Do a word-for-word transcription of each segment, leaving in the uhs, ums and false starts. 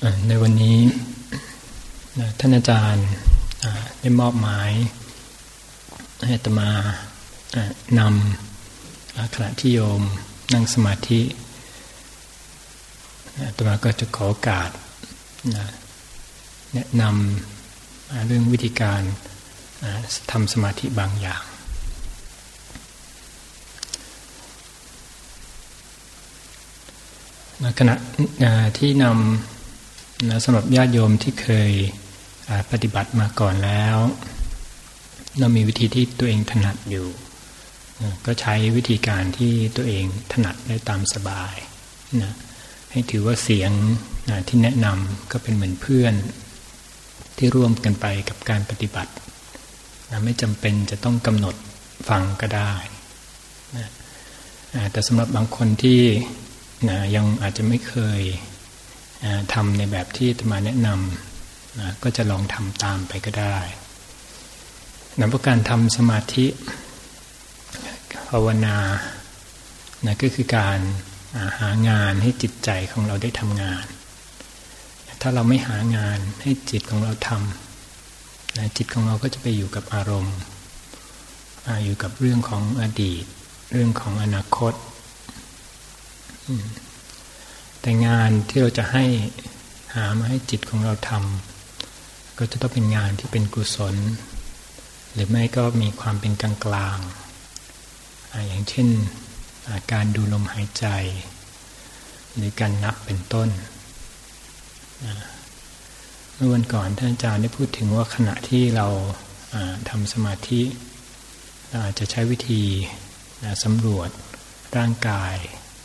ในวันนี้ท่านอาจารย์ได้มอบหมายให้อาตมานำขณะที่โยมนั่งสมาธิอาตมาก็จะขอโอกาสแนะนำเรื่องวิธีการทำสมาธิบางอย่างขณะที่นำนะสำหรับญาติโยมที่เคยปฏิบัติมาก่อนแล้วเรามีวิธีที่ตัวเองถนัดอยู่ก็ใช้วิธีการที่ตัวเองถนัดได้ตามสบายนะให้ถือว่าเสียงนะที่แนะนำก็เป็นเหมือนเพื่อนที่ร่วมกันไปกับการปฏิบัตินะไม่จำเป็นจะต้องกำหนดฟังก็ได้นะแต่สำหรับบางคนที่นะยังอาจจะไม่เคยทำในแบบที่อาตมาแนะนำนะก็จะลองทำตามไปก็ได้นะเพราะการทำสมาธิภาวนานะก็คือการหางานให้จิตใจของเราได้ทำงานถ้าเราไม่หางานให้จิตของเราทำนะจิตของเราก็จะไปอยู่กับอารมณ์อยู่กับเรื่องของอดีตเรื่องของอนาคตแต่งานที่เราจะให้หามาให้จิตของเราทำก็จะต้องเป็นงานที่เป็นกุศลหรือไม่ก็มีความเป็นกลางกลางอย่างเช่นการดูลมหายใจหรือการนับเป็นต้นเมื่อวันก่อนท่านอาจารย์ได้พูดถึงว่าขณะที่เราทำสมาธิเราอาจจะใช้วิธีสำรวจร่างกาย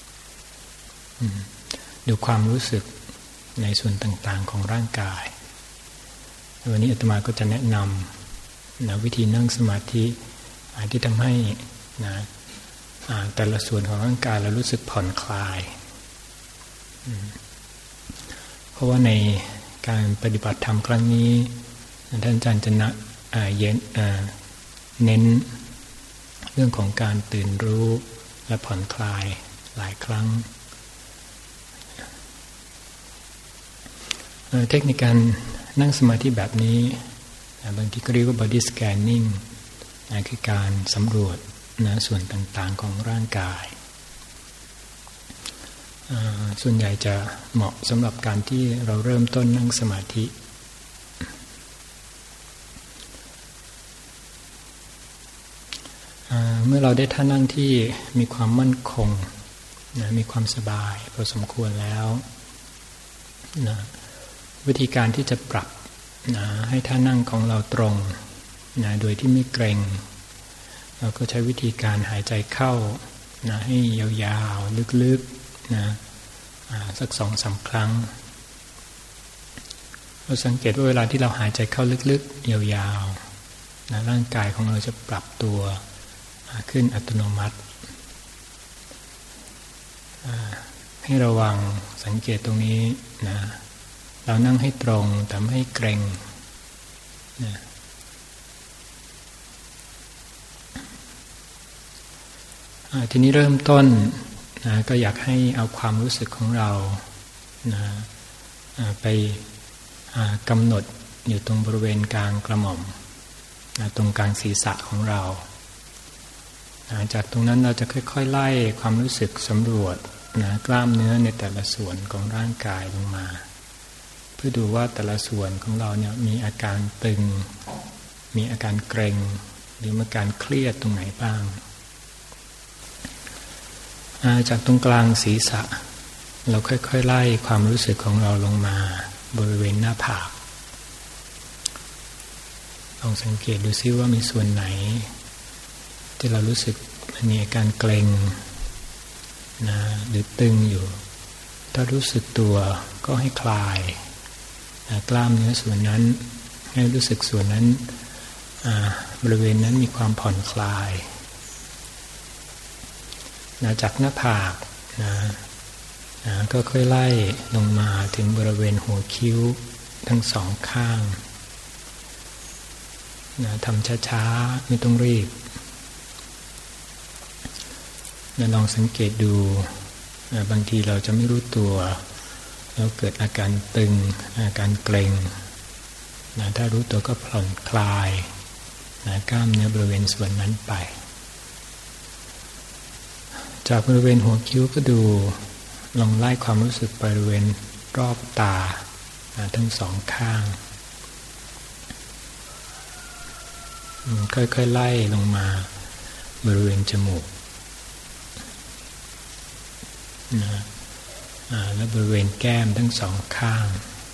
ดูความรู้สึกในส่วนต่างๆของร่างกายวันนี้อาตมาก็จะแนะนำนะวิธีนั่งสมาธิที่ทำให้นะแต่ละส่วนของร่างกายเรารู้สึกผ่อนคลายเพราะว่าในการปฏิบัติธรรมครั้งนี้ท่านอาจารย์จะนะเย็นเน้นเรื่องของการตื่นรู้และผ่อนคลายหลายครั้งเทคนิคการนั่งสมาธิแบบนี้บางทีก็เรียกว่า body scanning คือการสำรวจนะส่วนต่างๆของร่างกายส่วนใหญ่จะเหมาะสำหรับการที่เราเริ่มต้นนั่งสมาธิเมื่อเราได้ท่านั่งที่มีความมั่นคงนะมีความสบายพอสมควรแล้วนะวิธีการที่จะปรับนะให้ท่านั่งของเราตรงนะโดยที่ไม่เกร็งเราก็ใช้วิธีการหายใจเข้านะให้ยาวๆลึกๆนะสักสองสามครั้งเราสังเกตว่าเวลาที่เราหายใจเข้าลึกๆยาวๆนะร่างกายของเราจะปรับตัวขึ้นอัตโนมัติให้ระวังสังเกตตรงนี้นะเรานั่งให้ตรงแต่ไม่ให้เกร็งนะทีนี้เริ่มต้นนะก็อยากให้เอาความรู้สึกของเรานะไปกำหนดอยู่ตรงบริเวณกลางกระหม่อมนะตรงกลางศีรษะของเรานะจากตรงนั้นเราจะค่อยๆไล่ความรู้สึกสำรวจนะกล้ามเนื้อในแต่ละส่วนของร่างกายลงมาเพื่อดูว่าแต่ละส่วนของเราเนี่ยมีอาการตึงมีอาการเกร็งหรือมีอาการเครียดตรงไหนบ้างจากตรงกลางศีรษะเราค่อยๆไล่ความรู้สึกของเราลงมาบริเวณหน้าผากลองสังเกตดูซิว่ามีส่วนไหนที่เรารู้สึกมีอาการเกร็งนะหรือตึงอยู่ถ้ารู้สึกตัวก็ให้คลายกล้ามเนื้อส่วนนั้นให้รู้สึกส่วนนั้นบริเวณนั้นมีความผ่อนคลายนะจากหน้าผากนะนะก็ค่อยไล่ลงมาถึงบริเวณหัวคิ้วทั้งสองข้างนะทำช้าๆไม่ต้องรีบนะลองสังเกตดูนะบางทีเราจะไม่รู้ตัวแล้วเกิดอาการตึงอาการเกร็งนะถ้ารู้ตัวก็ผ่อนคลายนะกล้ามเนื้อบริเวณส่วนนั้นไปจากบริเวณหัวคิ้วก็ดูลองไล่ความรู้สึกบริเวณรอบตานะทั้งสองข้างค่อยๆไล่ลงมาบริเวณจมูกนะและบริเวณแก้มทั้งสองข้าง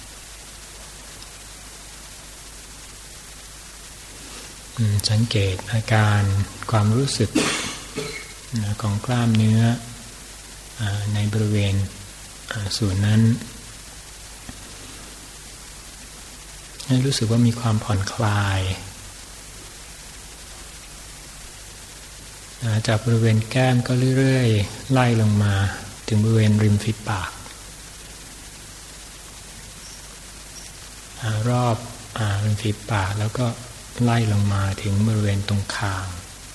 สังเกตอาการความรู้สึกของกล้ามเนื้อในบริเวณส่วนนั้นให้รู้สึกว่ามีความผ่อนคลายจากบริเวณแก้มก็เรื่อยๆไล่ลงมาถึงบริเวณริมฝีปากรอบริมฝีปากแล้วก็ไล่ลงมาถึงบริเวณตรงคาง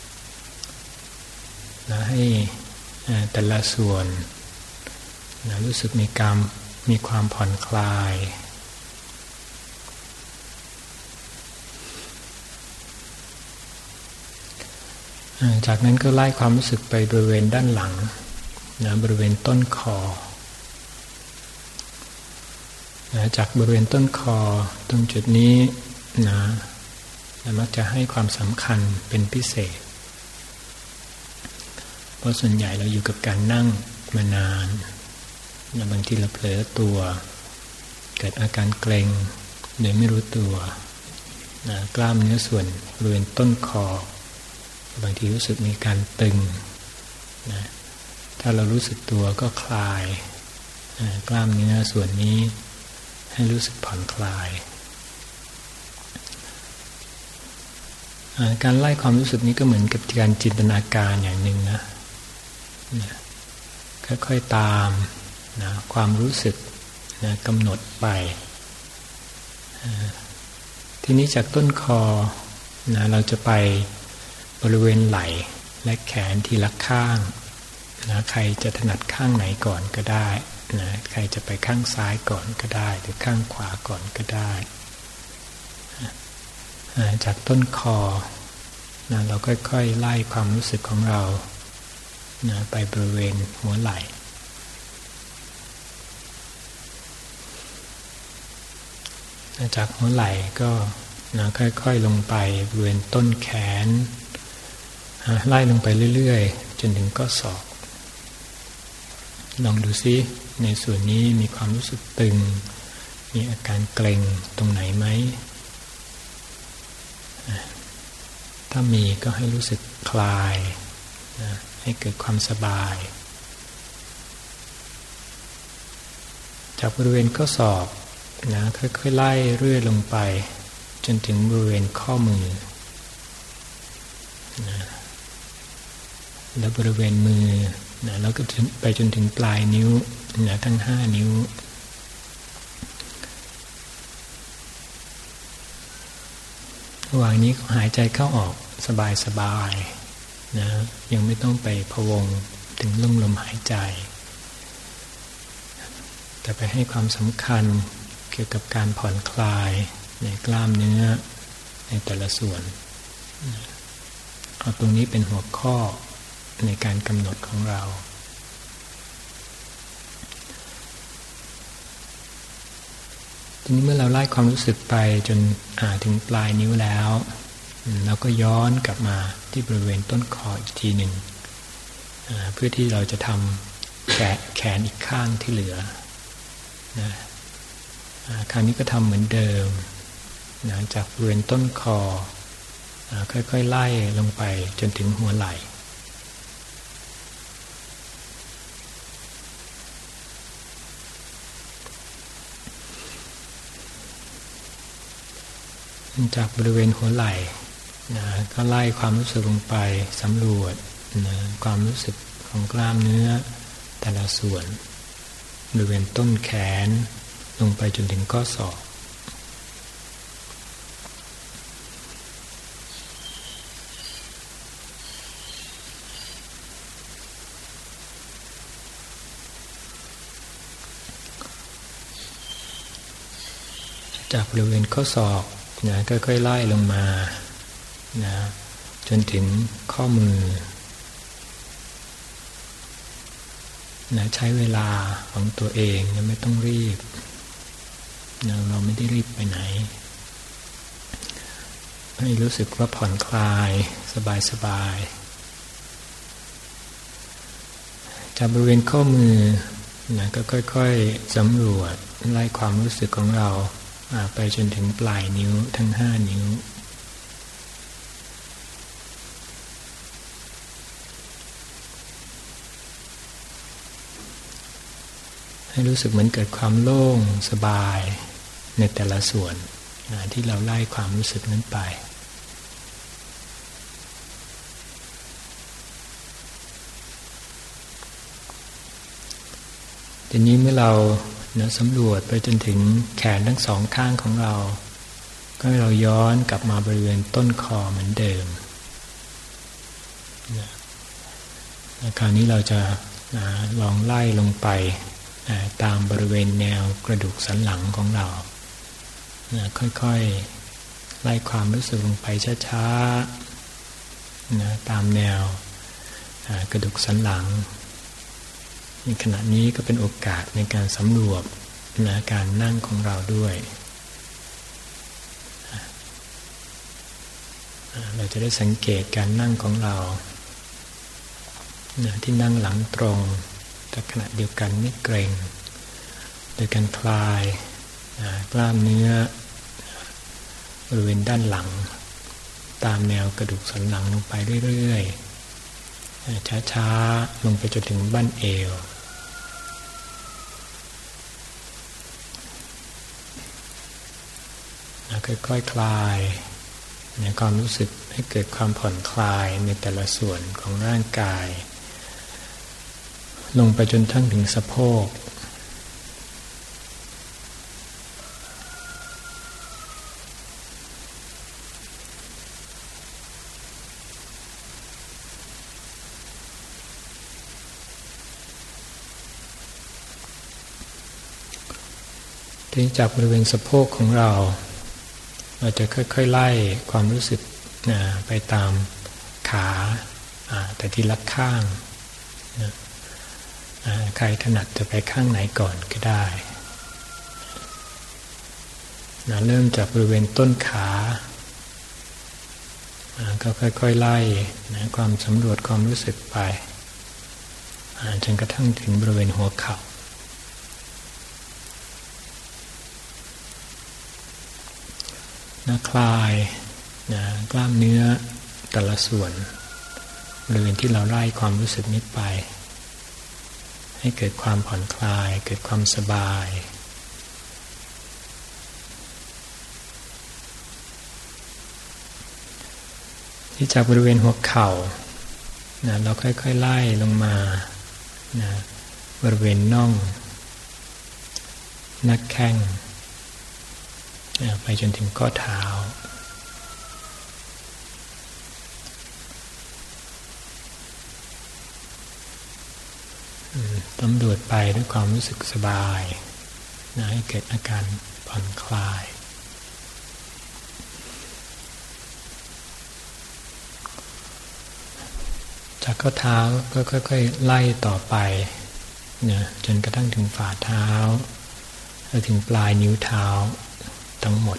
นะให้แต่ละส่วนนะรู้สึกมีการมีความผ่อนคลายจากนั้นก็ไล่ความรู้สึกไปบริเวณด้านหลังนะบริเวณต้นคอนะจากบริเวณต้นคอตรงจุดนี้นะเรามักจะให้ความสำคัญเป็นพิเศษเพราะส่วนใหญ่เราอยู่กับการนั่งมานานนะบางทีเราเผลอตัวเกิดอาการเกร็งโดยไม่รู้ตัวนะกล้ามเนื้อส่วนบริเวณต้นคอบางทีรู้สึกมีการตึงนะถ้าเรารู้สึกตัวก็คลายกล้ามเนื้อส่วนนี้ให้รู้สึกผ่อนคลายการไล่ความรู้สึกนี้ก็เหมือนกับการจินตนาการอย่างหนึ่งนะค่อยๆตามนะความรู้สึกนะกำหนดไปทีนี้จากต้นคอนะเราจะไปบริเวณไหล่และแขนทีละข้างนะใครจะถนัดข้างไหนก่อนก็ได้นะใครจะไปข้างซ้ายก่อนก็ได้หรือข้างขวาก่อนก็ได้จากต้นคอนะเราค่อยๆไล่ความรู้สึกของเรานะไปบริเวณหัวไหล่จากหัวไหล่ก็นะค่อยๆลงไปบริเวณต้นแขนไล่ลงไปเรื่อยๆจนถึงข้อศอกลองดูซิในส่วนนี้มีความรู้สึกตึงมีอาการเกร็งตรงไหนไหมถ้ามีก็ให้รู้สึกคลายนะให้เกิดความสบายจากบริเวณข้อศอกนะค่อยๆไล่เรื่อยลงไปจนถึงบริเวณข้อมือนะแล้วบริเวณมือนะแล้วก็ไปจนถึงปลายนิ้วนะทั้งห้านิ้วระหว่างนี้หายใจเข้าออกสบายๆนะยังไม่ต้องไปพะวงถึงลุ่มลมหายใจแต่ไปให้ความสำคัญเกี่ยวกับการผ่อนคลายในกล้ามเนื้อในแต่ละส่วนเอาตรงนี้เป็นหัวข้อในการกำหนดของเราทีนี้เมื่อเราไล่ความรู้สึกไปจนถึงปลายนิ้วแล้วเราก็ย้อนกลับมาที่บริเวณต้นคออีกทีหนึ่งเพื่อที่เราจะทำแขนแขนอีกข้างที่เหลือนะคราวนี้ก็ทำเหมือนเดิมนะจากบริเวณต้นคอค่อยๆไล่ลงไปจนถึงหัวไหล่จากบริเวณหัวไหล่นะก็ไล่ความรู้สึกลงไปสำรวจนะความรู้สึกของกล้ามเนื้อแต่ละส่วนบริเวณต้นแขนลงไปจนถึงข้อศอกจากบริเวณข้อศอกนะค่อยๆไล่ลงมานะจนถึงข้อมือนะใช้เวลาของตัวเองนะไม่ต้องรีบนะเราไม่ได้รีบไปไหนให้รู้สึกว่าผ่อนคลายสบายๆจากบริเวณข้อมือนะก็ค่อยๆสำรวจไล่ความรู้สึกของเราไปจนถึงปลายนิ้วทั้งห้านิ้วให้รู้สึกเหมือนเกิดความโล่งสบายในแต่ละส่วนที่เราไล่ความรู้สึกนั้นไปทีนี้เมื่อเรานะสำรวจไปจนถึงแขนทั้งสองข้างของเราก็ให้เราย้อนกลับมาบริเวณต้นคอเหมือนเดิมนะคราวนี้เราจะนะลองไล่ลงไปนะตามบริเวณแนวกระดูกสันหลังของเรานะค่อยๆไล่ความรู้สึกลงไปช้าๆนะตามแนวกระดูกสันหลังในขณะนี้ก็เป็นโอกาสในการสำรวจนะการนั่งของเราด้วยเราจะได้สังเกตการนั่งของเรานะที่นั่งหลังตรงแต่ขณะเดียวกันไม่เกร็งโดยการคลายนะกล้ามเนื้อบริเวณด้านหลังตามแนวกระดูกสันหลังลงไปเรื่อยๆช้าๆลงไปจนถึงบั้นเอวค่อยๆ ค, คลายในความรู้สึกให้เกิดความผ่อนคลายในแต่ละส่วนของร่างกายลงไปจนทั้งถึงสะโพกที่จากบริเวณสะโพกของเราเราจะค่อยๆไล่ความรู้สึกไปตามขาแต่ทีละข้างใครถนัดจะไปข้างไหนก่อนก็ได้เริ่มจากบริเวณต้นขาก็ค่อยๆไล่ความสำรวจความรู้สึกไปจนกระทั่งถึงบริเวณหัวเข่านะคลายนะกล้ามเนื้อแต่ละส่วนบริเวณที่เราไล่ความรู้สึกนี้ไปให้เกิดความผ่อนคลายเกิดความสบายที่จากบริเวณหัวเข่านะเราค่อยๆไล่ลงมานะบริเวณน่องหน้าแข้งไปจนถึงข้อเท้าตำรวจไปด้วยความรู้สึกสบายนะให้เกิดอาการผ่อนคลายจากข้อเท้าก็ค่อยๆไล่ต่อไปนะจนกระทั่งถึงฝ่าเท้าแล้วถึงปลายนิ้วเท้าทั้งหมด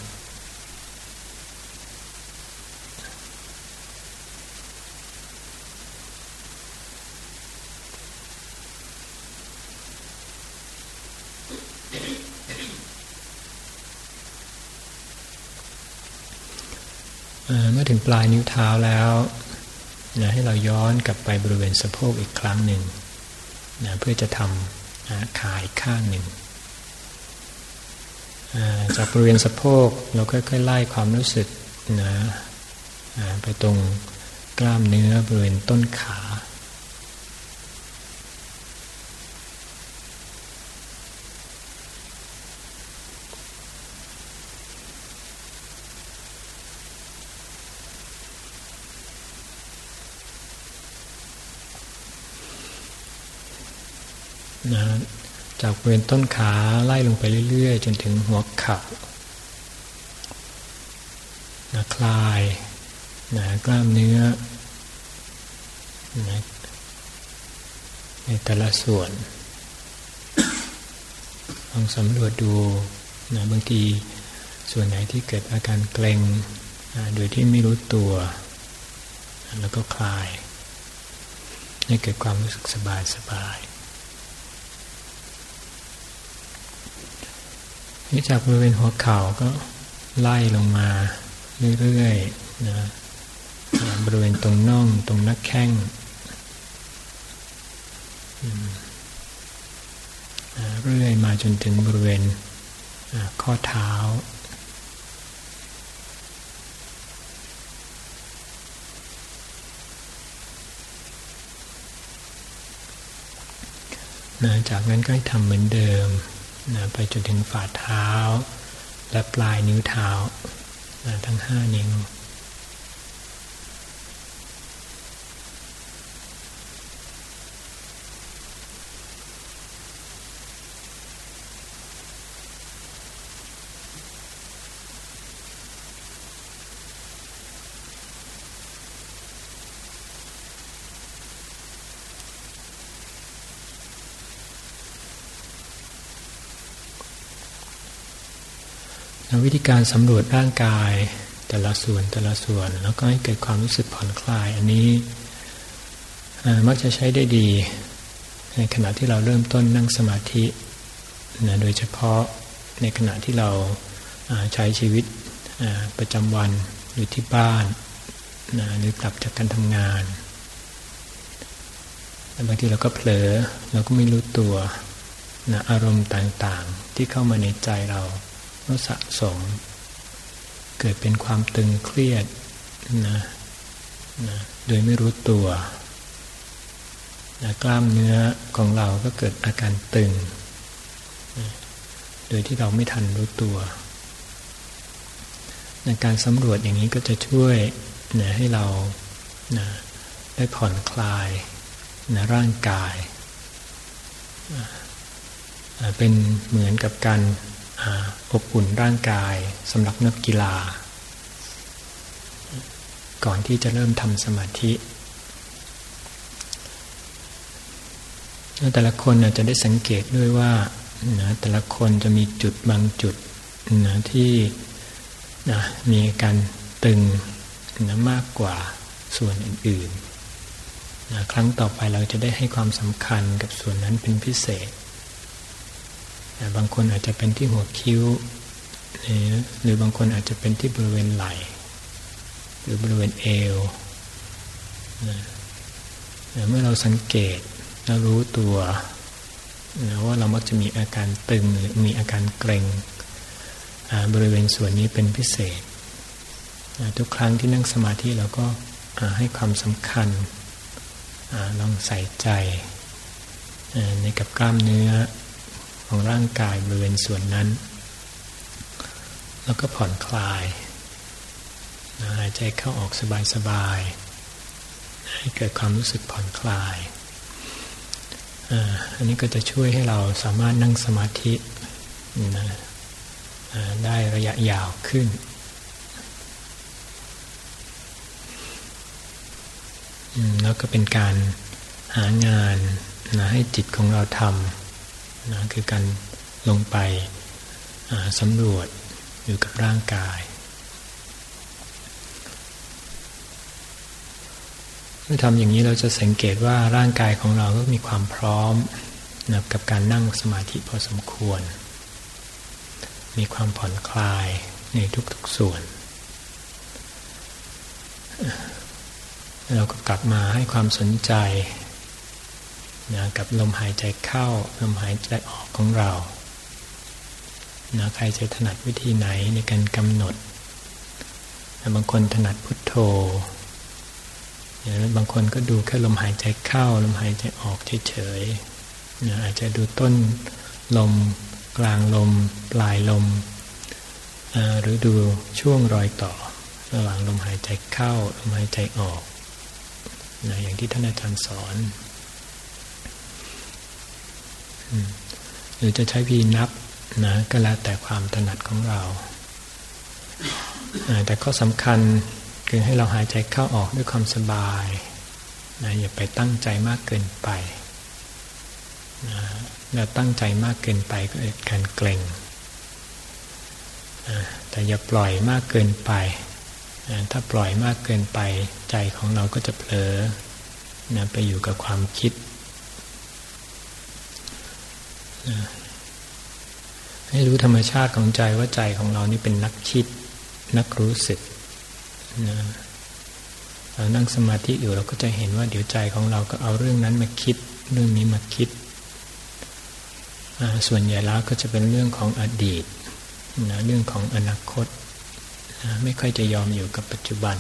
เมื่อถึงปลายนิ้วเท้าแล้วนะให้เราย้อนกลับไปบริเวณสะโพกอีกครั้งหนึ่งนะเพื่อจะทำนะขาอีกข้างหนึ่งจากบริเวณสะโพกเราค่อยๆไล่ความรู้สึกนะไปตรงกล้ามเนื้อบริเวณต้นขานะจากบริเวณต้นขาไล่ลงไปเรื่อยๆจนถึงหัวเข่านะคลายนะกล้ามเนื้อนะในแต่ละส่วนลองสำรวจดูนะบางทีส่วนไหนที่เกิดอาการเกร็งนะโดยที่ไม่รู้ตัวนะแล้วก็คลายให้เกิดความรู้สึกสบายสบายนี่จากบริเวณหัวเข่าก็ไล่ลงมาเรื่อยๆนะบริเวณตรงน่องตรงหน้าแข้งเรื่อยมาจนถึงบริเวณข้อเท้านะจากนั้นก็ให้ทำเหมือนเดิมนะไปจนถึงฝ่าเท้าและปลายนิ้วเท้านะทั้งห้านิ้ววิธีการสำรวจร่างกายแต่ละส่วนแต่ละส่วนแล้วก็ให้เกิดความรู้สึกผ่อนคลายอันนี้มักจะใช้ได้ดีในขณะที่เราเริ่มต้นนั่งสมาธินะโดยเฉพาะในขณะที่เราใช้ชีวิตประจำวันอยู่ที่บ้านนะหรือกลับจากการทำงานบางทีเราก็เผลอเราก็ไม่รู้ตัวนะอารมณ์ต่างๆที่เข้ามาในใจเราก็สะสมเกิดเป็นความตึงเครียดนะนะโดยไม่รู้ตัวนะกล้ามเนื้อของเราก็เกิดอาการตึงนะโดยที่เราไม่ทันรู้ตัวในการสำรวจอย่างนี้ก็จะช่วยนะให้เรานะได้ผ่อนคลายนะร่างกายนะเป็นเหมือนกับการอบอุ่นร่างกายสำหรับนักกีฬาก่อนที่จะเริ่มทำสมาธิแต่ละคนจะได้สังเกตด้วยว่านะแต่ละคนจะมีจุดบางจุดนะที่นะมีการตึงนะมากกว่าส่วนอื่นๆนะครั้งต่อไปเราจะได้ให้ความสำคัญกับส่วนนั้นเป็นพิเศษบางคนอาจจะเป็นที่หัวคิ้วหรือบางคนอาจจะเป็นที่บริเวณไหล่หรือบริเวณเอวเมื่อเราสังเกตและรู้ตัวว่าเรามักจะมีอาการตึงหรือมีอาการเกร็งบริเวณส่วนนี้เป็นพิเศษทุกครั้งที่นั่งสมาธิเราก็ให้ความสำคัญลองใส่ใจในกับกล้ามเนื้อของร่างกายบริเวณส่วนนั้นแล้วก็ผ่อนคลายหายใจเข้าออกสบายๆให้เกิดความรู้สึกผ่อนคลายอันนี้ก็จะช่วยให้เราสามารถนั่งสมาธิได้ระยะยาวขึ้นแล้วก็เป็นการหางานนะให้จิตของเราทำนะคือการลงไปสำรวจอยู่กับร่างกายเมื่อทำอย่างนี้เราจะสังเกตว่าร่างกายของเราก็มีความพร้อมนะกับการนั่งสมาธิพอสมควรมีความผ่อนคลายในทุกๆส่วนเราก็กลับมาให้ความสนใจนะกับลมหายใจเข้าลมหายใจออกของเรานะใครจะถนัดวิธีไหนในการกำหนดนะบางคนถนัดพุทโธนะบางคนก็ดูแค่ลมหายใจเข้าลมหายใจออกเฉยๆนะอาจจะดูต้นลมกลางลมปลายลมหรือดูช่วงรอยต่อระหว่างลมหายใจเข้าลมหายใจออกนะอย่างที่ท่านอาจารย์สอนหรือจะใช้วิธีนับนะก็แล้วแต่ความถนัดของเราแต่ข้อสำคัญคือให้เราหายใจเข้าออกด้วยความสบายนะอย่าไปตั้งใจมากเกินไปนะแล้วตั้งใจมากเกินไปก็เกิดการเกร็งนะแต่อย่าปล่อยมากเกินไปนะถ้าปล่อยมากเกินไปใจของเราก็จะเผลอนะไปอยู่กับความคิดนะให้รู้ธรรมชาติของใจว่าใจของเรานี่เป็นนักคิดนักรู้สึกนะเรานั่งสมาธิอยู่เราก็จะเห็นว่าเดี๋ยวใจของเราก็เอาเรื่องนั้นมาคิดเรื่องนี้มาคิดส่วนใหญ่แล้วก็จะเป็นเรื่องของอดีตนะเรื่องของอนาคตนะไม่ค่อยจะยอมอยู่กับปัจจุบัน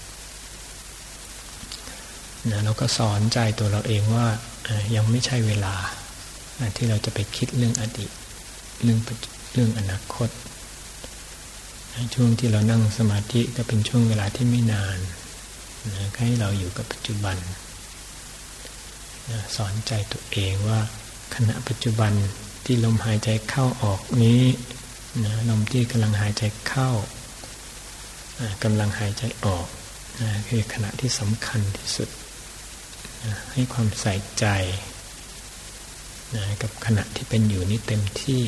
นะเราก็สอนใจตัวเราเองว่ายังไม่ใช่เวลาที่เราจะไปคิดเรื่องอดีตเรื่องเรื่องอนาคตช่วงที่เรานั่งสมาธิก็เป็นช่วงเวลาที่ไม่นานนะให้เราอยู่กับปัจจุบันนะสอนใจตัวเองว่าขณะปัจจุบันที่ลมหายใจเข้าออกนี้นะลมที่กำลังหายใจเข้ากำลังหายใจออกนะคือขณะที่สำคัญที่สุดนะให้ความใส่ใจนะกับขณะที่เป็นอยู่นี้เต็มที่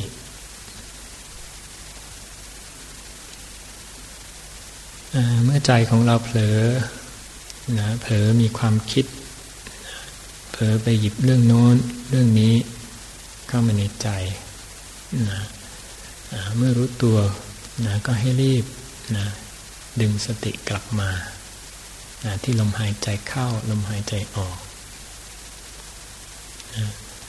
เมื่อใจของเราเผลอนะเผลอมีความคิดเผลอไปหยิบเรื่องโน้นเรื่องนี้เข้ามาในใจนะเมื่อรู้ตัวนะก็ให้รีบนะดึงสติกลับมานะที่ลมหายใจเข้าลมหายใจออกนะ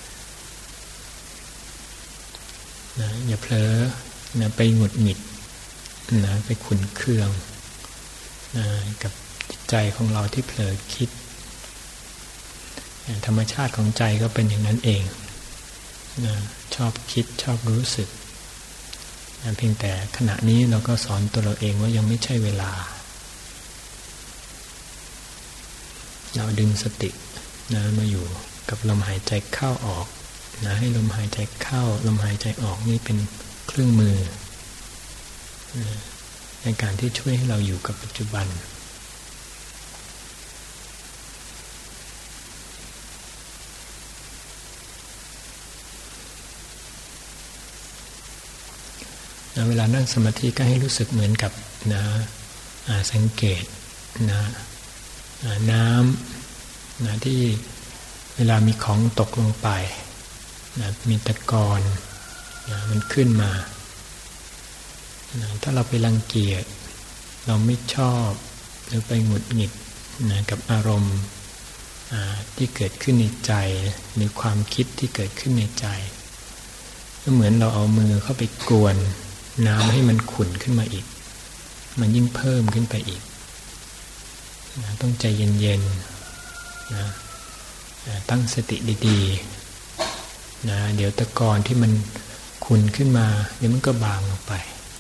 นะอย่าเผลอนะไปหงุดหงิดนะไปขุ่นเคืองนะกับใจของเราที่เผลอคิดธรรมชาติของใจก็เป็นอย่างนั้นเองนะชอบคิดชอบรู้สึกนะเพียงแต่ขณะนี้เราก็สอนตัวเราเองว่ายังไม่ใช่เวลาเราดึงสตินะมาอยู่กับลมหายใจเข้าออกนะให้ลมหายใจเข้าลมหายใจออกนี่เป็นเครื่องมือนะในการที่ช่วยให้เราอยู่กับปัจจุบันเวลานั่งสมาธิก็ให้รู้สึกเหมือนกับนะสังเกตนะน้ำนะที่เวลามีของตกลงไปนะมีตะกอนนะมันขึ้นมานะถ้าเราไปรังเกียจเราไม่ชอบหรือไปหงุดหงิดนะกับอารมณ์ที่เกิดขึ้นในใจหรือความคิดที่เกิดขึ้นในใจก็เหมือนเราเอามือเข้าไปกวนน้ำให้มันขุ่นขึ้นมาอีกมันยิ่งเพิ่มขึ้นไปอีกนะต้องใจเย็นๆนะตั้งสติดีๆนะเดี๋ยวตะกอนที่มันขุ่นขึ้นมาเดี๋ยวมันก็บางลงไป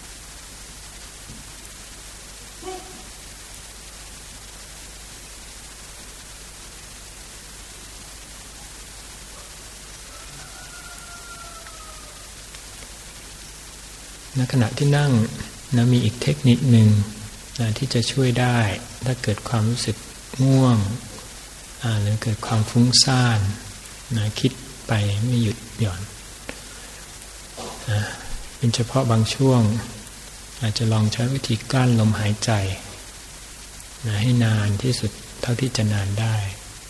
ในขณะที่นั่งนะมีอีกเทคนิคหนึ่งนะที่จะช่วยได้ถ้าเกิดความรู้สึกง่วงหรือเกิดความฟุ้งซ่านนะคิดไปไม่หยุดหย่อนนะเป็นเฉพาะบางช่วงอาจจะลองใช้วิธีกลั้นลมหายใจนะให้นานที่สุดเท่าที่จะนานได้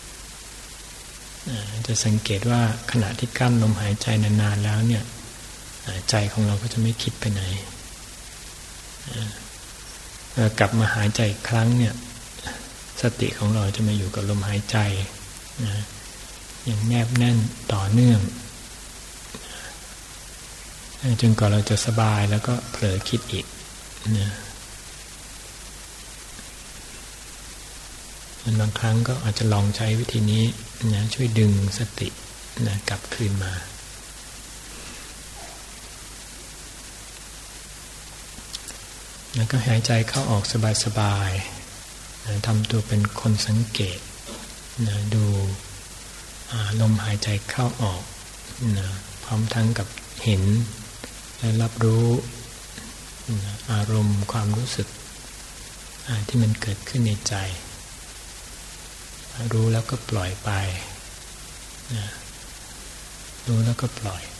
นะจะสังเกตว่าขณะที่กลั้นลมหายใจนานๆแล้วเนี่ยใจของเราก็จะไม่คิดไปไหนกลับมาหายใจอีกครั้งเนี่ยสติของเราจะมาอยู่กับลมหายใจนะอย่างแนบแน่นต่อเนื่องจนกว่าเราจะสบายแล้วก็เผลอคิดอีกนะบางครั้งก็อาจจะลองใช้วิธีนี้นะช่วยดึงสตินะกลับคืนมาแล้วก็หายใจเข้าออกสบายๆนะทำตัวเป็นคนสังเกตนะดูลมหายใจเข้าออกนะพร้อมทั้งกับเห็นและรับรู้อารมณ์ความรู้สึกที่มันเกิดขึ้นในใจรู้แล้วก็ปล่อยไปรู้แล้วก็ปล่อย